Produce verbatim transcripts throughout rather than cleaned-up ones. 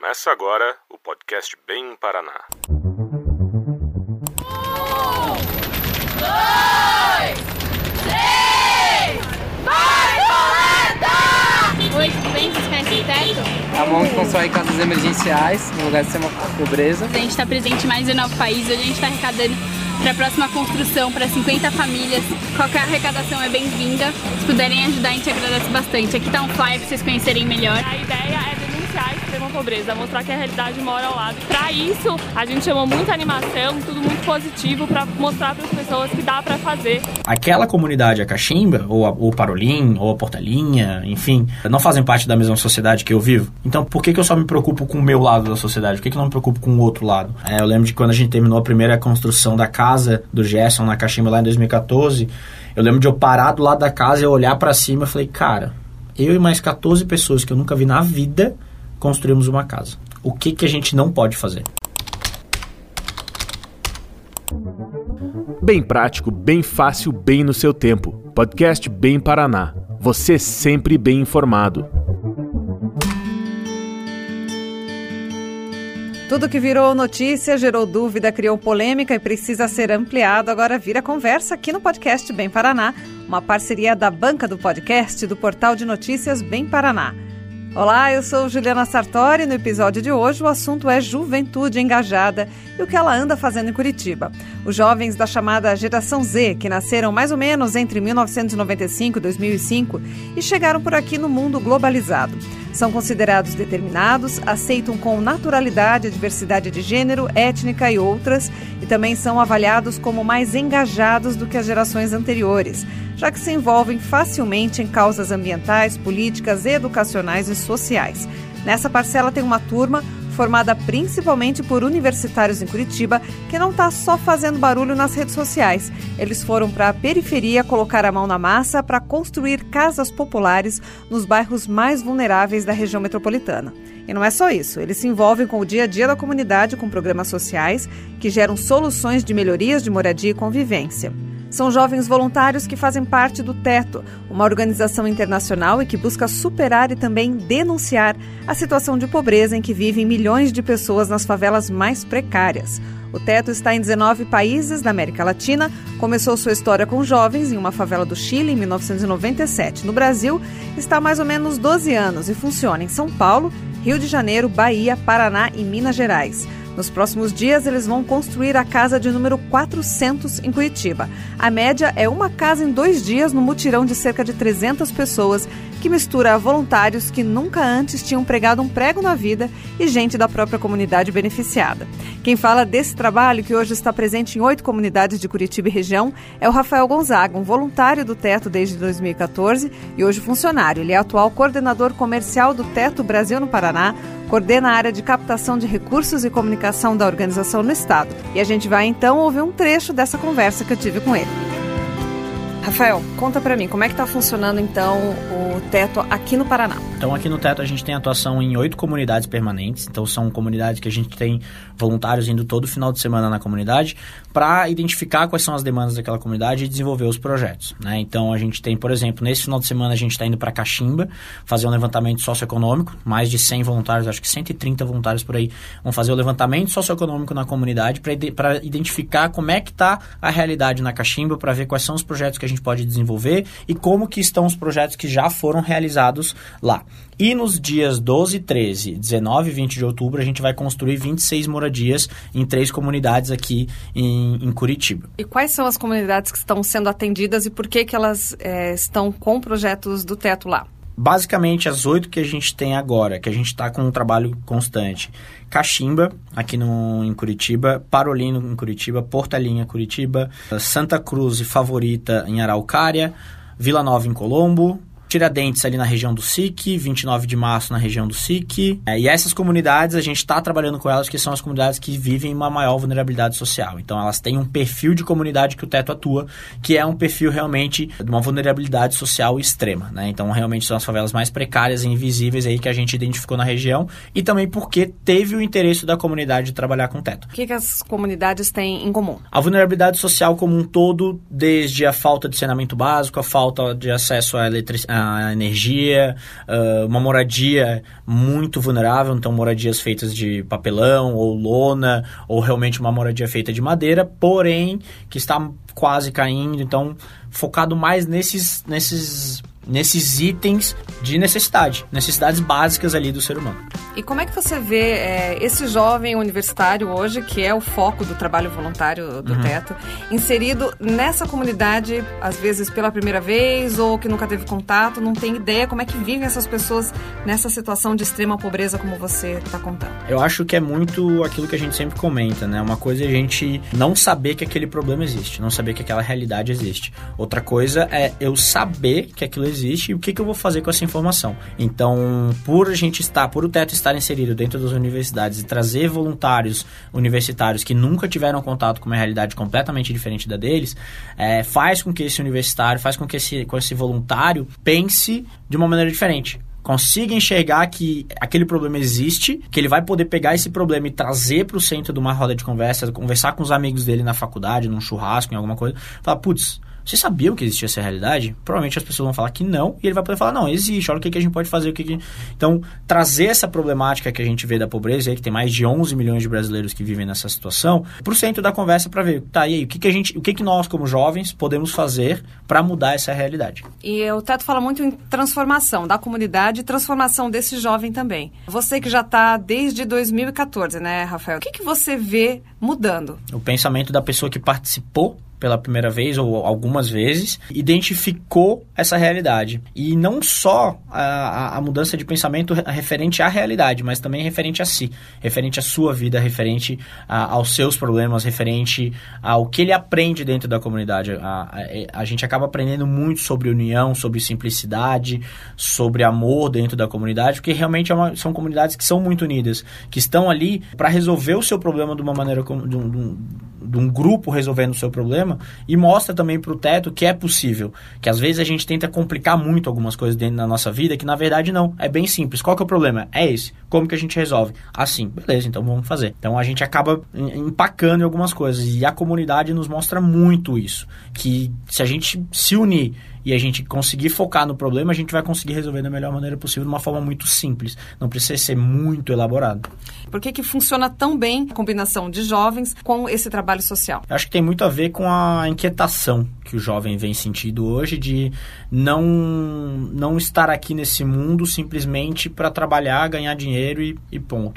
Começa agora o podcast Bem Paraná. Um, dois, três, vai, coleta! Oi, tudo bem? Vocês conhecem o Teto? É uma O N G que constrói casas emergenciais, no lugar de ser uma pobreza. A gente está presente em mais de nove países, hoje a gente está arrecadando para a próxima construção para cinquenta famílias. Qualquer arrecadação é bem-vinda. Se puderem ajudar, a gente agradece bastante. Aqui está um flyer para vocês conhecerem melhor. A ideia é denunciar a extrema pobreza, mostrar que a realidade mora ao lado. Para isso, a gente chamou muita animação, tudo muito positivo para mostrar para as pessoas que dá para fazer. Aquela comunidade, a Cachimba, ou a, o Parolim, ou a Portelinha, enfim, não fazem parte da mesma sociedade que eu vivo. Então, por que, que eu só me preocupo com o meu lado da sociedade? Por que, que eu não me preocupo com o outro lado? É, eu lembro de quando a gente terminou a primeira construção da casa do Gerson na Cachimba lá em dois mil e quatorze, eu lembro de eu parar do lado da casa e olhar pra cima e falei, cara, eu e mais quatorze pessoas que eu nunca vi na vida construímos uma casa. O que que a gente não pode fazer? Bem prático, bem fácil, bem no seu tempo. Podcast Bem Paraná. Você sempre bem informado. Tudo que virou notícia, gerou dúvida, criou polêmica e precisa ser ampliado, agora vira conversa aqui no podcast Bem Paraná, uma parceria da banca do podcast do portal de notícias Bem Paraná. Olá, eu sou Juliana Sartori e no episódio de hoje o assunto é juventude engajada e o que ela anda fazendo em Curitiba. Os jovens da chamada Geração Z, que nasceram mais ou menos entre mil novecentos e noventa e cinco e dois mil e cinco e chegaram por aqui no mundo globalizado. São considerados determinados, aceitam com naturalidade a diversidade de gênero, étnica e outras, e também são avaliados como mais engajados do que as gerações anteriores, já que se envolvem facilmente em causas ambientais, políticas, educacionais e sociais. Nessa parcela tem uma turma formada principalmente por universitários em Curitiba, que não está só fazendo barulho nas redes sociais. Eles foram para a periferia colocar a mão na massa para construir casas populares nos bairros mais vulneráveis da região metropolitana. E não é só isso, eles se envolvem com o dia a dia da comunidade com programas sociais que geram soluções de melhorias de moradia e convivência. São jovens voluntários que fazem parte do Teto, uma organização internacional e que busca superar e também denunciar a situação de pobreza em que vivem milhões de pessoas nas favelas mais precárias. O Teto está em dezenove países da América Latina, começou sua história com jovens em uma favela do Chile em mil novecentos e noventa e sete. No Brasil, está há mais ou menos doze anos e funciona em São Paulo, Rio de Janeiro, Bahia, Paraná e Minas Gerais. Nos próximos dias, eles vão construir a casa de número quatrocentos em Curitiba. A média é uma casa em dois dias no mutirão de cerca de trezentas pessoas, que mistura voluntários que nunca antes tinham pregado um prego na vida e gente da própria comunidade beneficiada. Quem fala desse trabalho, que hoje está presente em oito comunidades de Curitiba e região, é o Rafael Gonzaga, um voluntário do Teto desde dois mil e quatorze e hoje funcionário. Ele é atual coordenador comercial do Teto Brasil no Paraná, coordena a área de captação de recursos e comunicação da organização no estado. E a gente vai então ouvir um trecho dessa conversa que eu tive com ele. Rafael, conta pra mim, como é que tá funcionando então o Teto aqui no Paraná? Então aqui no Teto a gente tem atuação em oito comunidades permanentes, então são comunidades que a gente tem voluntários indo todo final de semana na comunidade para identificar quais são as demandas daquela comunidade e desenvolver os projetos, né? Então a gente tem, por exemplo, nesse final de semana a gente está indo para Cachimba fazer um levantamento socioeconômico, mais de cem voluntários, acho que cento e trinta voluntários por aí, vão fazer o levantamento socioeconômico na comunidade para identificar como é que está a realidade na Cachimba, para ver quais são os projetos que a gente pode desenvolver e como que estão os projetos que já foram realizados lá. E nos dias doze, treze, dezenove e vinte de outubro, a gente vai construir vinte e seis moradias em três comunidades aqui em, em Curitiba. E quais são as comunidades que estão sendo atendidas e por que, que elas é, estão com projetos do Teto lá? Basicamente, as oito que a gente tem agora, que a gente está com um trabalho constante. Cachimba, aqui no, em Curitiba, Parolino, em Curitiba, Portelinha, Curitiba, Santa Cruz e Favorita, em Araucária, Vila Nova, em Colombo, Tiradentes ali na região do S I C, vinte e nove de março na região do S I C. É, e essas comunidades, a gente está trabalhando com elas, que são as comunidades que vivem uma maior vulnerabilidade social. Então, elas têm um perfil de comunidade que o Teto atua, que é um perfil realmente de uma vulnerabilidade social extrema, né? Então, realmente são as favelas mais precárias e invisíveis aí que a gente identificou na região e também porque teve o interesse da comunidade de trabalhar com o Teto. O que, que as comunidades têm em comum? A vulnerabilidade social como um todo, desde a falta de saneamento básico, a falta de acesso à eletricidade, a energia, uh, uma moradia muito vulnerável, então moradias feitas de papelão ou lona, ou realmente uma moradia feita de madeira, porém que está quase caindo, então focado mais nesses, nesses, nesses itens de necessidade, necessidades básicas ali do ser humano. E como é que você vê é, esse jovem universitário hoje, que é o foco do trabalho voluntário do uhum. Teto, inserido nessa comunidade, às vezes pela primeira vez, ou que nunca teve contato, não tem ideia como é que vivem essas pessoas nessa situação de extrema pobreza como você está contando? Eu acho que é muito aquilo que a gente sempre comenta, né? Uma coisa é a gente não saber que aquele problema existe, não saber que aquela realidade existe. Outra coisa é eu saber que aquilo existe e o que, que eu vou fazer com essa informação. Então, por a gente estar, por o Teto estar inserido dentro das universidades e trazer voluntários universitários que nunca tiveram contato com uma realidade completamente diferente da deles, é, faz com que esse universitário, faz com que esse, com esse voluntário pense de uma maneira diferente. Consiga enxergar que aquele problema existe, que ele vai poder pegar esse problema e trazer para o centro de uma roda de conversa, conversar com os amigos dele na faculdade, num churrasco, em alguma coisa, falar, putz, vocês sabiam que existia essa realidade? Provavelmente as pessoas vão falar que não, e ele vai poder falar, não, existe, olha o que, que a gente pode fazer. O que que... Então, trazer essa problemática que a gente vê da pobreza, aí, que tem mais de onze milhões de brasileiros que vivem nessa situação, para o centro da conversa para ver, tá, e aí, o que, que a gente, o que, que nós, como jovens, podemos fazer para mudar essa realidade? E o Teto fala muito em transformação da comunidade e transformação desse jovem também. Você que já está desde dois mil e quatorze, né, Rafael? O que, que você vê mudando? O pensamento da pessoa que participou pela primeira vez ou algumas vezes, identificou essa realidade. E não só a, a mudança de pensamento referente à realidade, mas também referente a si, referente à sua vida, referente a, aos seus problemas, referente ao que ele aprende dentro da comunidade. A, a, a gente acaba aprendendo muito sobre união, sobre simplicidade, sobre amor dentro da comunidade, porque realmente é uma, são comunidades que são muito unidas, que estão ali para resolver o seu problema de uma maneira, de um, de um, de um grupo resolvendo o seu problema, e mostra também para o Teto que é possível, que às vezes a gente tenta complicar muito algumas coisas dentro da nossa vida, que na verdade não, é bem simples. Qual que é o problema? É esse. Como que a gente resolve? Assim, beleza, então vamos fazer. Então a gente acaba empacando em algumas coisas, e a comunidade nos mostra muito isso, que se a gente se unir e a gente conseguir focar no problema, a gente vai conseguir resolver da melhor maneira possível, de uma forma muito simples. Não precisa ser muito elaborado. Por que que funciona tão bem a combinação de jovens com esse trabalho social? Eu acho que tem muito a ver com a inquietação que o jovem vem sentindo hoje de não, não estar aqui nesse mundo simplesmente para trabalhar, ganhar dinheiro e, e ponto.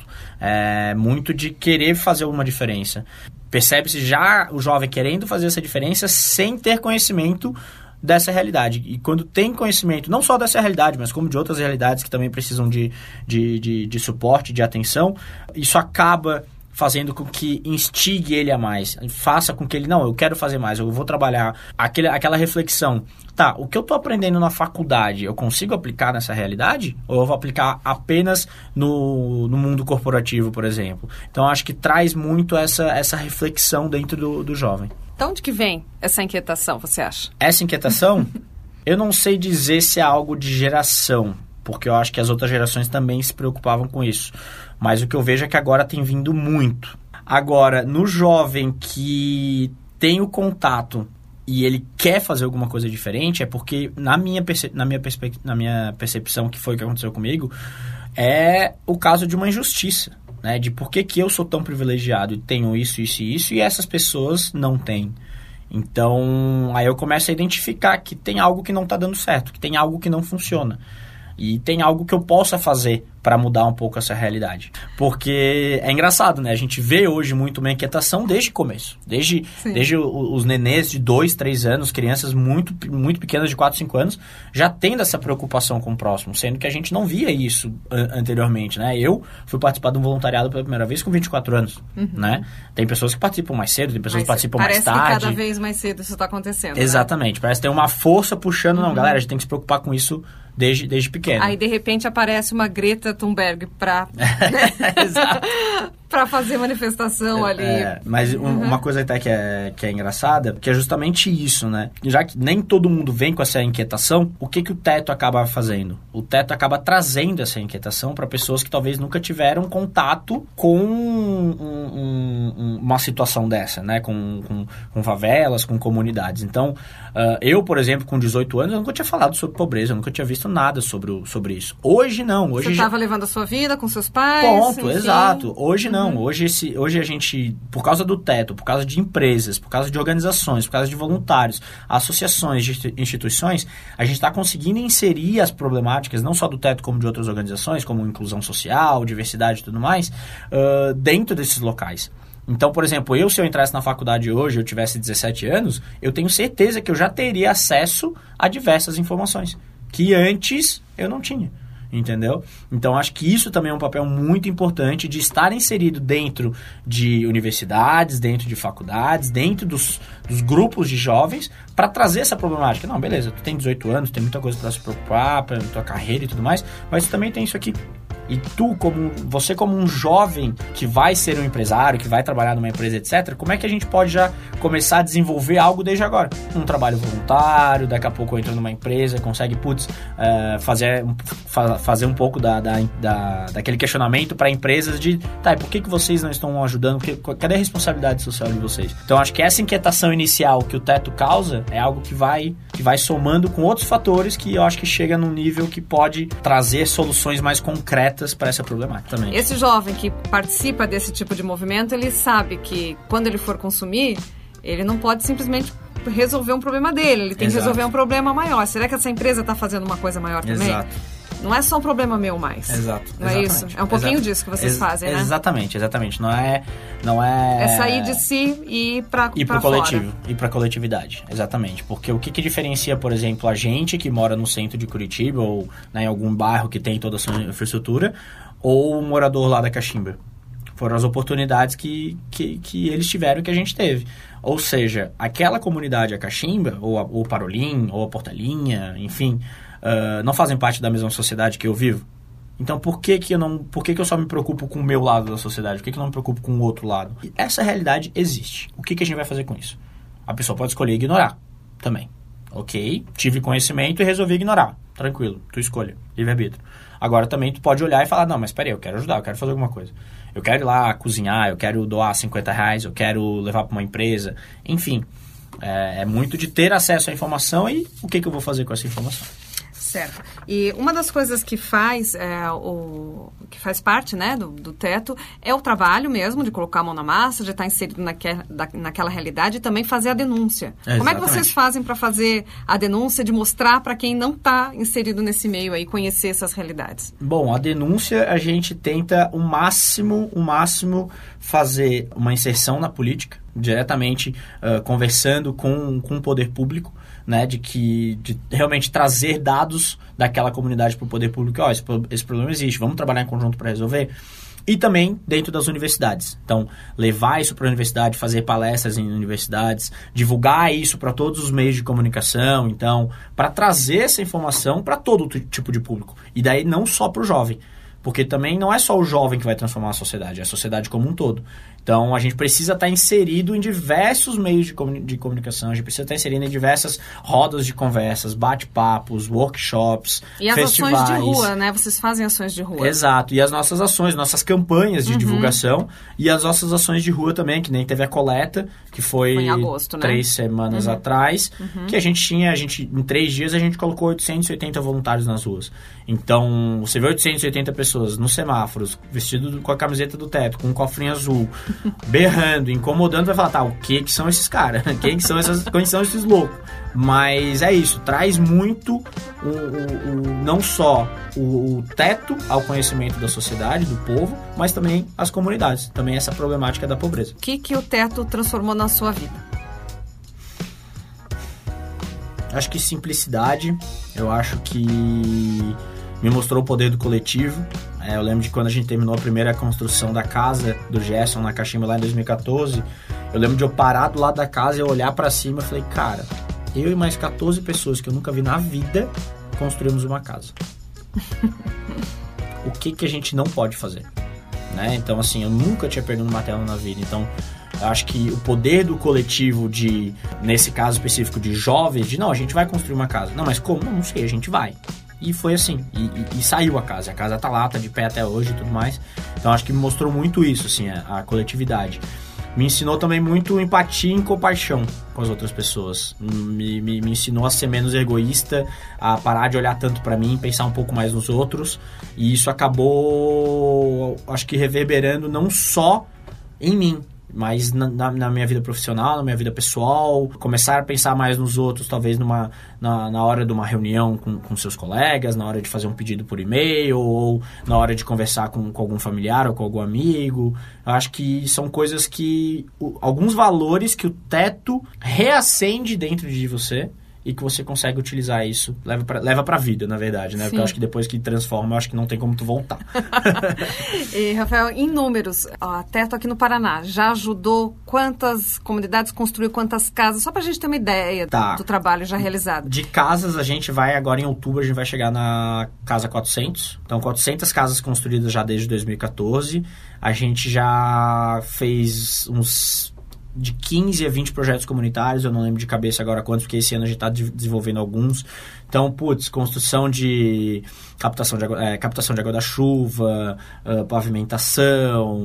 É muito de querer fazer uma diferença. Percebe-se já o jovem querendo fazer essa diferença sem ter conhecimento dessa realidade. E quando tem conhecimento, não só dessa realidade, mas como de outras realidades que também precisam de, de, de, de suporte, de atenção, isso acaba fazendo com que instigue ele a mais, faça com que ele, não, eu quero fazer mais, eu vou trabalhar. Aquele, aquela reflexão, tá, o que eu tô aprendendo na faculdade, eu consigo aplicar nessa realidade? Ou eu vou aplicar apenas no, no mundo corporativo, por exemplo? Então, acho que traz muito essa, essa reflexão dentro do, do jovem. De onde que vem essa inquietação, você acha? Essa inquietação, eu não sei dizer se é algo de geração, porque eu acho que as outras gerações também se preocupavam com isso. Mas o que eu vejo é que agora tem vindo muito. Agora, no jovem que tem o contato e ele quer fazer alguma coisa diferente, é porque, na minha, perce- na minha, perspe- na minha percepção, que foi o que aconteceu comigo, é o caso de uma injustiça. Né, de por que, que eu sou tão privilegiado e tenho isso, isso e isso, e essas pessoas não têm. Então, aí eu começo a identificar que tem algo que não está dando certo, que tem algo que não funciona. E tem algo que eu possa fazer para mudar um pouco essa realidade. Porque é engraçado, né? A gente vê hoje muito uma inquietação desde o começo. Desde, desde o, os nenês de dois, três anos, crianças muito, muito pequenas de quatro, cinco anos, já tendo essa preocupação com o próximo, sendo que a gente não via isso an- anteriormente, né? Eu fui participar de um voluntariado pela primeira vez com vinte e quatro anos, uhum. né? Tem pessoas que participam mais cedo, tem pessoas Mas que participam mais tarde. Parece que cada vez mais cedo isso está acontecendo, Exatamente. Né? Parece que tem uma força puxando. Não, uhum. galera, a gente tem que se preocupar com isso desde, desde pequeno. Aí, de repente, aparece uma Greta Thunberg para Pra fazer manifestação é, ali. É, mas um, uhum. uma coisa até que é, que é engraçada, que é justamente isso, né? Já que nem todo mundo vem com essa inquietação, o que, que o teto acaba fazendo? O teto acaba trazendo essa inquietação para pessoas que talvez nunca tiveram contato com um, um, uma situação dessa, né? Com, com, com favelas, com comunidades. Então, uh, eu, por exemplo, com dezoito anos, eu nunca tinha falado sobre pobreza, eu nunca tinha visto nada sobre, o, sobre isso. Hoje não. Hoje Você estava já... levando a sua vida com seus pais? Ponto, enfim. exato. Hoje não. Uhum. Hoje, esse, hoje a gente, por causa do teto, por causa de empresas, por causa de organizações, por causa de voluntários, associações, de instituições, a gente está conseguindo inserir as problemáticas, não só do teto, como de outras organizações, como inclusão social, diversidade e tudo mais, uh, dentro desses locais. Então, por exemplo, eu, se eu entrasse na faculdade hoje, eu tivesse dezessete anos, eu tenho certeza que eu já teria acesso a diversas informações, que antes eu não tinha. Entendeu? Então, acho que isso também é um papel muito importante de estar inserido dentro de universidades, dentro de faculdades, dentro dos, dos grupos de jovens, para trazer essa problemática. Não, beleza, tu tem dezoito anos, tem muita coisa para se preocupar, para tua carreira e tudo mais, mas tu também tem isso aqui. E tu, como, você como um jovem que vai ser um empresário, que vai trabalhar numa empresa, etcétera, como é que a gente pode já começar a desenvolver algo desde agora? Um trabalho voluntário, daqui a pouco eu entro numa empresa, consegue, putz, uh, fazer, fa- fazer um pouco da, da, da, daquele questionamento para empresas de, tá, e por que, que vocês não estão ajudando? Porque, cadê a responsabilidade social de vocês? Então, acho que essa inquietação inicial que o teto causa é algo que vai, que vai somando com outros fatores que eu acho que chega num nível que pode trazer soluções mais concretas para essa problemática também. Esse jovem que participa desse tipo de movimento, ele sabe que quando ele for consumir, ele não pode simplesmente resolver um problema dele, ele tem Exato. que resolver um problema maior. Será que essa empresa está fazendo uma coisa maior também? Exato. Não é só um problema meu mais. Exato. Não é exatamente. isso? É um pouquinho Exato. disso que vocês Ex- fazem, né? Exatamente, exatamente. Não é... Não é... É sair de si e ir para E para o coletivo, e para a coletividade, exatamente. Porque o que, que diferencia, por exemplo, a gente que mora no centro de Curitiba ou, né, em algum bairro que tem toda a sua infraestrutura, ou o morador lá da Cachimba? Foram as oportunidades que, que, que eles tiveram e que a gente teve. Ou seja, aquela comunidade, a Cachimba, ou, a, ou o Parolim, ou a Portelinha, enfim, uh, não fazem parte da mesma sociedade que eu vivo. Então, por que que eu, não, por que que eu só me preocupo com o meu lado da sociedade? Por que que eu não me preocupo com o outro lado? E essa realidade existe. O que que a gente vai fazer com isso? A pessoa pode escolher ignorar também. Ok, tive conhecimento e resolvi ignorar. Tranquilo, tu escolha, livre-arbítrio. Agora também tu pode olhar e falar, não, mas peraí, eu quero ajudar, eu quero fazer alguma coisa. Eu quero ir lá cozinhar, eu quero doar cinquenta reais, eu quero levar para uma empresa. Enfim, é, é muito de ter acesso à informação e o que que eu vou fazer com essa informação. Certo. E uma das coisas que faz, é, o, que faz parte, né, do, do teto é o trabalho mesmo, de colocar a mão na massa, de estar inserido naque, da, naquela realidade e também fazer a denúncia. É, Como é que vocês fazem para fazer a denúncia, de mostrar para quem não está inserido nesse meio aí, conhecer essas realidades? Bom, a denúncia a gente tenta o máximo, o máximo fazer uma inserção na política, diretamente uh, conversando com, com o poder público, né, de que de realmente trazer dados daquela comunidade para o poder público. Ó, esse, esse problema existe, vamos trabalhar em conjunto para resolver. E também dentro das universidades. Então, levar isso para a universidade, fazer palestras em universidades, divulgar isso para todos os meios de comunicação, então, para trazer essa informação para todo tipo de público. E daí não só para o jovem, porque também não é só o jovem que vai transformar a sociedade, é a sociedade como um todo. Então, a gente precisa estar inserido em diversos meios de, comuni- de comunicação, a gente precisa estar inserido em diversas rodas de conversas, bate-papos, workshops, e as festivais. ações de rua, né? Vocês fazem ações de rua. Exato, e as nossas ações, nossas campanhas de Uhum. divulgação e as nossas ações de rua também, que nem teve a coleta, que foi, Foi em agosto, né? três semanas Uhum. atrás, uhum. que a gente tinha, a gente, em três dias a gente colocou oitocentos e oitenta voluntários nas ruas. Então, você vê oitocentas e oitenta pessoas nos semáforos, vestido com a camiseta do teto, com um cofrinho azul, berrando, incomodando, vai falar, tá, o que que são esses caras? Quem que são essas, quem são esses loucos? Mas é isso, traz muito o, o, o, não só o, o teto ao conhecimento da sociedade, do povo, mas também as comunidades, também essa problemática da pobreza. O que que o teto transformou na sua vida? Acho que simplicidade, eu acho que me mostrou o poder do coletivo. É, eu lembro de quando a gente terminou a primeira construção da casa do Gerson na Cachimba lá em dois mil e catorze, eu lembro de eu parar do lado da casa e eu olhar pra cima e falei, cara, eu e mais catorze pessoas que eu nunca vi na vida construímos uma casa. O que que a gente não pode fazer? né? Então, assim, eu nunca tinha perdido um martelo na vida. Então, eu acho que o poder do coletivo de, nesse caso específico de jovens, de não, a gente vai construir uma casa. Não, mas como? Não, não sei, a gente vai. E foi assim, e, e, e saiu a casa. A casa tá lá, tá de pé até hoje e tudo mais. Então, acho que me mostrou muito isso, assim, a, a coletividade. Me ensinou também muito empatia e compaixão com as outras pessoas. Me, me, me ensinou a ser menos egoísta, a parar de olhar tanto pra mim, pensar um pouco mais nos outros. E isso acabou, acho que reverberando não só em mim, mas na, na, na minha vida profissional, na minha vida pessoal, começar a pensar mais nos outros, talvez numa, na, na hora de uma reunião com, com seus colegas, na hora de fazer um pedido por e-mail, ou na hora de conversar com, com algum familiar ou com algum amigo. Eu acho que são coisas que, o, alguns valores que o teto reacende dentro de você, e que você consegue utilizar isso, leva pra, leva pra vida, na verdade, né? Sim. Porque eu acho que depois que transforma, eu acho que não tem como tu voltar. E, Rafael, em números, a Teto aqui no Paraná já ajudou quantas comunidades, construiu quantas casas? Só pra gente ter uma ideia tá. do, do trabalho já realizado. De casas, a gente vai, agora em outubro, a gente vai chegar na casa quatrocentos. Então, quatrocentas casas construídas já desde dois mil e catorze. A gente já fez uns de quinze a vinte projetos comunitários, eu não lembro de cabeça agora quantos, porque esse ano a gente está desenvolvendo alguns. Então, putz, construção de captação de água, é, captação de água da chuva, uh, pavimentação,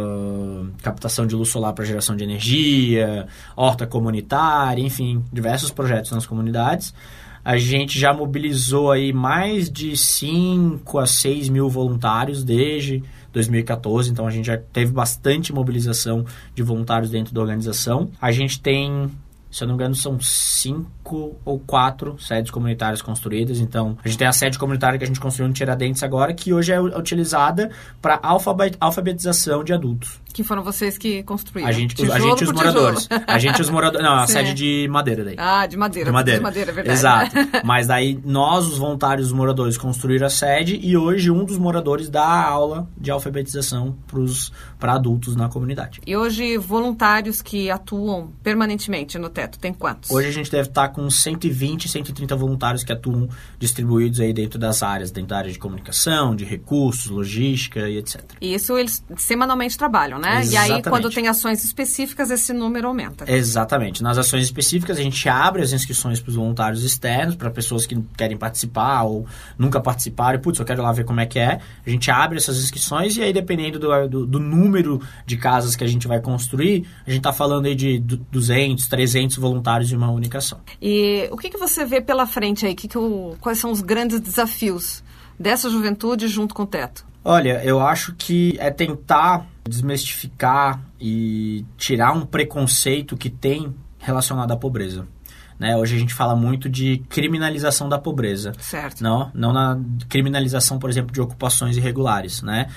uh, captação de luz solar para geração de energia, horta comunitária, enfim, diversos projetos nas comunidades. A gente já mobilizou aí mais de cinco a seis mil voluntários desde dois mil e catorze, então a gente já teve bastante mobilização de voluntários dentro da organização. A gente tem, se eu não me engano, são cinco ou quatro sedes comunitárias construídas. Então, a gente tem a sede comunitária que a gente construiu em Tiradentes agora, que hoje é utilizada para alfabetização de adultos. Que foram vocês que construíram? A gente, tijolo a gente os moradores. Tijolo. A gente os moradores. Não, a Sim. sede de madeira daí. Ah, de madeira. De madeira. De madeira, é verdade. Exato. Mas daí, nós, os voluntários, os moradores, construíram a sede e hoje um dos moradores dá aula de alfabetização para adultos na comunidade. E hoje, voluntários que atuam permanentemente no Teto, tem quantos? Hoje a gente deve estar com cento e vinte, cento e trinta voluntários que atuam distribuídos aí dentro das áreas, dentro da área de comunicação, de recursos, logística e etcétera. E isso eles semanalmente trabalham, né? Exatamente. E aí, quando tem ações específicas, esse número aumenta. Exatamente. Nas ações específicas, a gente abre as inscrições para os voluntários externos, para pessoas que querem participar ou nunca participaram. Putz, eu quero ir lá ver como é que é. A gente abre essas inscrições e aí, dependendo do, do, do número de casas que a gente vai construir, a gente está falando aí de duzentos, trezentos voluntários de uma única ação. E o que, que você vê pela frente aí? Que que o, quais são os grandes desafios dessa juventude junto com o Teto? Olha, eu acho que é tentar desmistificar e tirar um preconceito que tem relacionado à pobreza. Né? Hoje a gente fala muito de criminalização da pobreza. Certo. Não, não na criminalização, por exemplo, de ocupações irregulares. Né?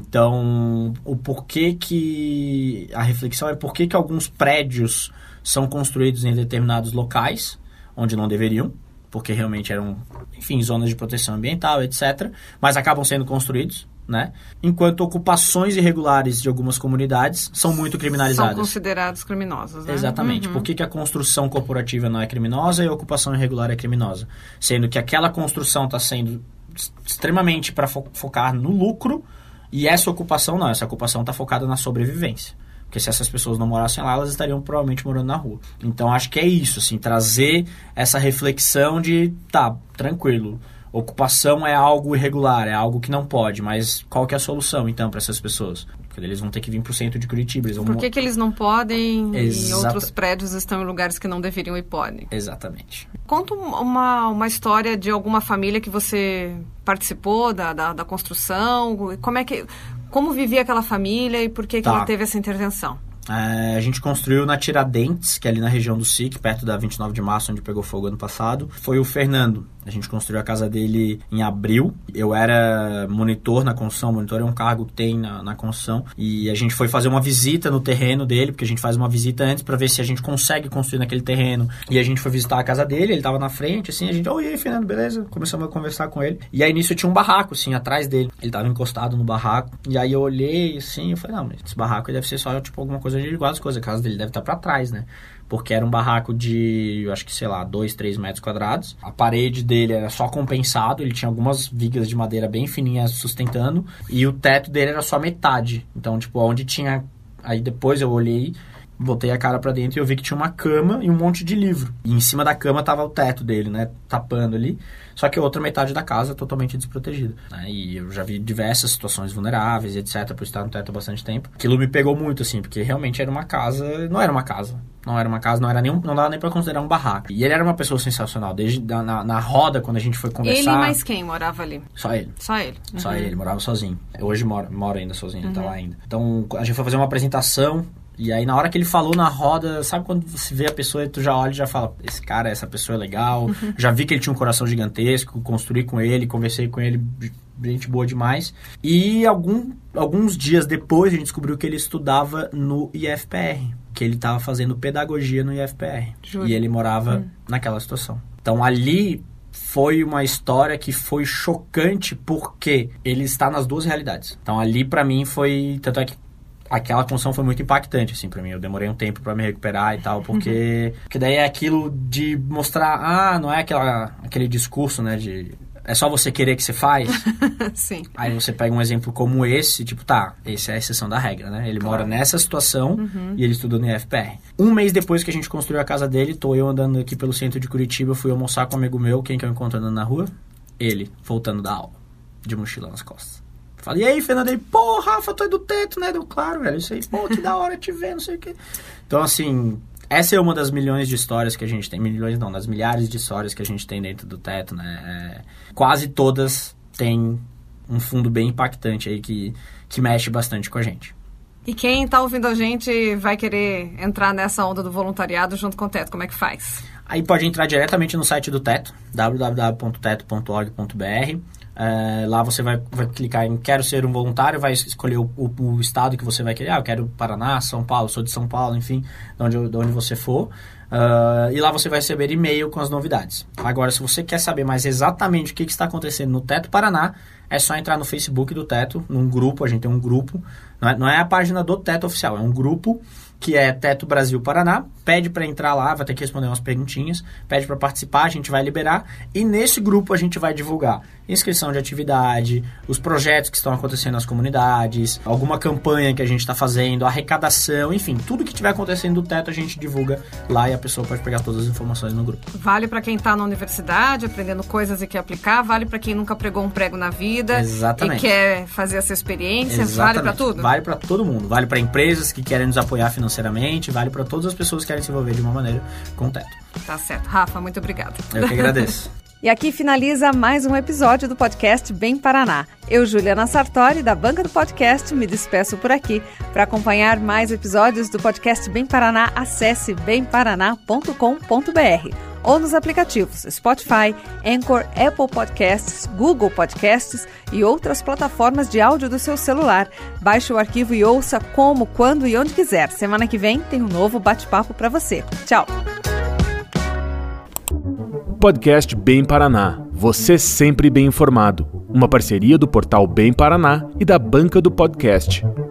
Então, o porquê que... A reflexão é por que que alguns prédios são construídos em determinados locais, onde não deveriam, porque realmente eram, enfim, zonas de proteção ambiental, etcétera, mas acabam sendo construídos, né? Enquanto ocupações irregulares de algumas comunidades são muito criminalizadas. São considerados criminosos, né? Exatamente. Uhum. Por que que a construção corporativa não é criminosa e a ocupação irregular é criminosa? Sendo que aquela construção está sendo extremamente para fo- focar no lucro e essa ocupação não. Essa ocupação está focada na sobrevivência. Porque se essas pessoas não morassem lá, elas estariam provavelmente morando na rua. Então, acho que é isso, assim, trazer essa reflexão de, tá, tranquilo, ocupação é algo irregular, é algo que não pode, mas qual que é a solução, então, para essas pessoas? Porque eles vão ter que vir para o centro de Curitiba. Eles vão... Por que que eles não podem Exata... e outros prédios estão em lugares que não deveriam e podem? Exatamente. Conta uma, uma história de alguma família que você participou da, da, da construção, como é que... Como vivia aquela família e por que, que tá. ela teve essa intervenção? É, a gente construiu na Tiradentes, que é ali na região do S I C, perto da vinte e nove de março, onde pegou fogo ano passado. Foi o Fernando. A gente construiu a casa dele em abril. Eu era monitor na construção. Monitor é um cargo que tem na, na construção. E a gente foi fazer uma visita no terreno dele, porque a gente faz uma visita antes para ver se a gente consegue construir naquele terreno. E a gente foi visitar a casa dele, ele tava na frente, assim, a gente, oi, aí, Fernando, beleza? Começamos a conversar com ele. E aí, nisso, tinha um barraco, assim, atrás dele. Ele tava encostado no barraco. E aí, eu olhei, assim, eu falei, não, esse barraco deve ser só, tipo, alguma coisa de igual as coisas. A casa dele deve estar para trás, né? porque era um barraco de, eu acho que, sei lá, dois, três metros quadrados. A parede dele era só compensado, ele tinha algumas vigas de madeira bem fininhas sustentando, e o teto dele era só metade. Então, tipo, onde tinha... Aí depois eu olhei, botei a cara pra dentro e eu vi que tinha uma cama e um monte de livro. E em cima da cama tava o teto dele, né? Tapando ali. Só que a outra metade da casa totalmente desprotegida. Né? E eu já vi diversas situações vulneráveis, etcétera, por estar no teto há bastante tempo. Aquilo me pegou muito, assim, porque realmente era uma casa... Não era uma casa. Não era uma casa, não era nenhum, não dava nem pra considerar um barraco. E ele era uma pessoa sensacional. Desde na, na roda, quando a gente foi conversar... Ele e mais quem morava ali? Só ele. Só ele. Uhum. Só ele, ele morava sozinho. Hoje mora, mora ainda sozinho, uhum. Tá lá ainda. Então, a gente foi fazer uma apresentação... E aí, na hora que ele falou na roda, sabe quando você vê a pessoa e tu já olha e já fala, esse cara, essa pessoa é legal. Uhum. Já vi que ele tinha um coração gigantesco, construí com ele, conversei com ele, gente boa demais. E algum, alguns dias depois, a gente descobriu que ele estudava no I F P R. Que ele estava fazendo pedagogia no I F P R. Juro. E ele morava hum. naquela situação. Então, ali... Foi uma história que foi chocante porque ele está nas duas realidades. Então, ali pra mim foi... Tanto é que aquela construção foi muito impactante, assim, pra mim. Eu demorei um tempo pra me recuperar e tal, porque... porque daí é aquilo de mostrar... Ah, não é aquela, aquele discurso, né, de... É só você querer que você faz? Sim. Aí você pega um exemplo como esse, tipo, tá, esse é a exceção da regra, né? Ele claro. Mora nessa situação uhum. e ele estudou no I F P R. Um mês depois que a gente construiu a casa dele, tô eu andando aqui pelo centro de Curitiba, fui almoçar com um amigo meu, quem que eu encontro andando na rua? Ele, voltando da aula, de mochila nas costas. Falei, e aí, Fernando? Ele, pô, Rafa, tô aí do teto, né? Deu claro, velho, isso aí, pô, que da hora te ver, não sei o quê. Então, assim... Essa é uma das milhões de histórias que a gente tem. Milhões não, das milhares de histórias que a gente tem dentro do teto, né? É, quase todas têm um fundo bem impactante aí que, que mexe bastante com a gente. E quem está ouvindo a gente vai querer entrar nessa onda do voluntariado junto com o Teto, como é que faz? Aí pode entrar diretamente no site do Teto, w w w ponto teto ponto org ponto b r. É, lá você vai, vai clicar em quero ser um voluntário, vai escolher o, o, o estado que você vai querer. Ah, eu quero Paraná, São Paulo, sou de São Paulo, enfim, de onde, de onde você for. Uh, e lá você vai receber e-mail com as novidades. Agora, se você quer saber mais exatamente o que, que está acontecendo no Teto Paraná, é só entrar no Facebook do Teto, num grupo, a gente tem um grupo, não é, não é a página do Teto oficial, é um grupo que é Teto Brasil Paraná, pede para entrar lá, vai ter que responder umas perguntinhas, pede para participar, a gente vai liberar, e nesse grupo a gente vai divulgar inscrição de atividade, os projetos que estão acontecendo nas comunidades, alguma campanha que a gente está fazendo, arrecadação, enfim, tudo que estiver acontecendo do Teto a gente divulga lá e a pessoa pode pegar todas as informações no grupo. Vale para quem está na universidade, aprendendo coisas e quer aplicar, vale para quem nunca pregou um prego na vida. Exatamente. E quer fazer essa experiência. Exatamente. Vale para tudo? Vale para todo mundo, vale para empresas que querem nos apoiar financeiramente, vale para todas as pessoas que querem se envolver de uma maneira com o Teto. Tá certo. Rafa, muito obrigada. Eu que agradeço. E aqui finaliza mais um episódio do podcast Bem Paraná. Eu, Juliana Sartori, da banca do podcast, me despeço por aqui. Para acompanhar mais episódios do podcast Bem Paraná, acesse bem paraná ponto com ponto b r ou nos aplicativos Spotify, Anchor, Apple Podcasts, Google Podcasts e outras plataformas de áudio do seu celular. Baixe o arquivo e ouça como, quando e onde quiser. Semana que vem tem um novo bate-papo para você. Tchau! Podcast Bem Paraná. Você sempre bem informado. Uma parceria do portal Bem Paraná e da banca do podcast.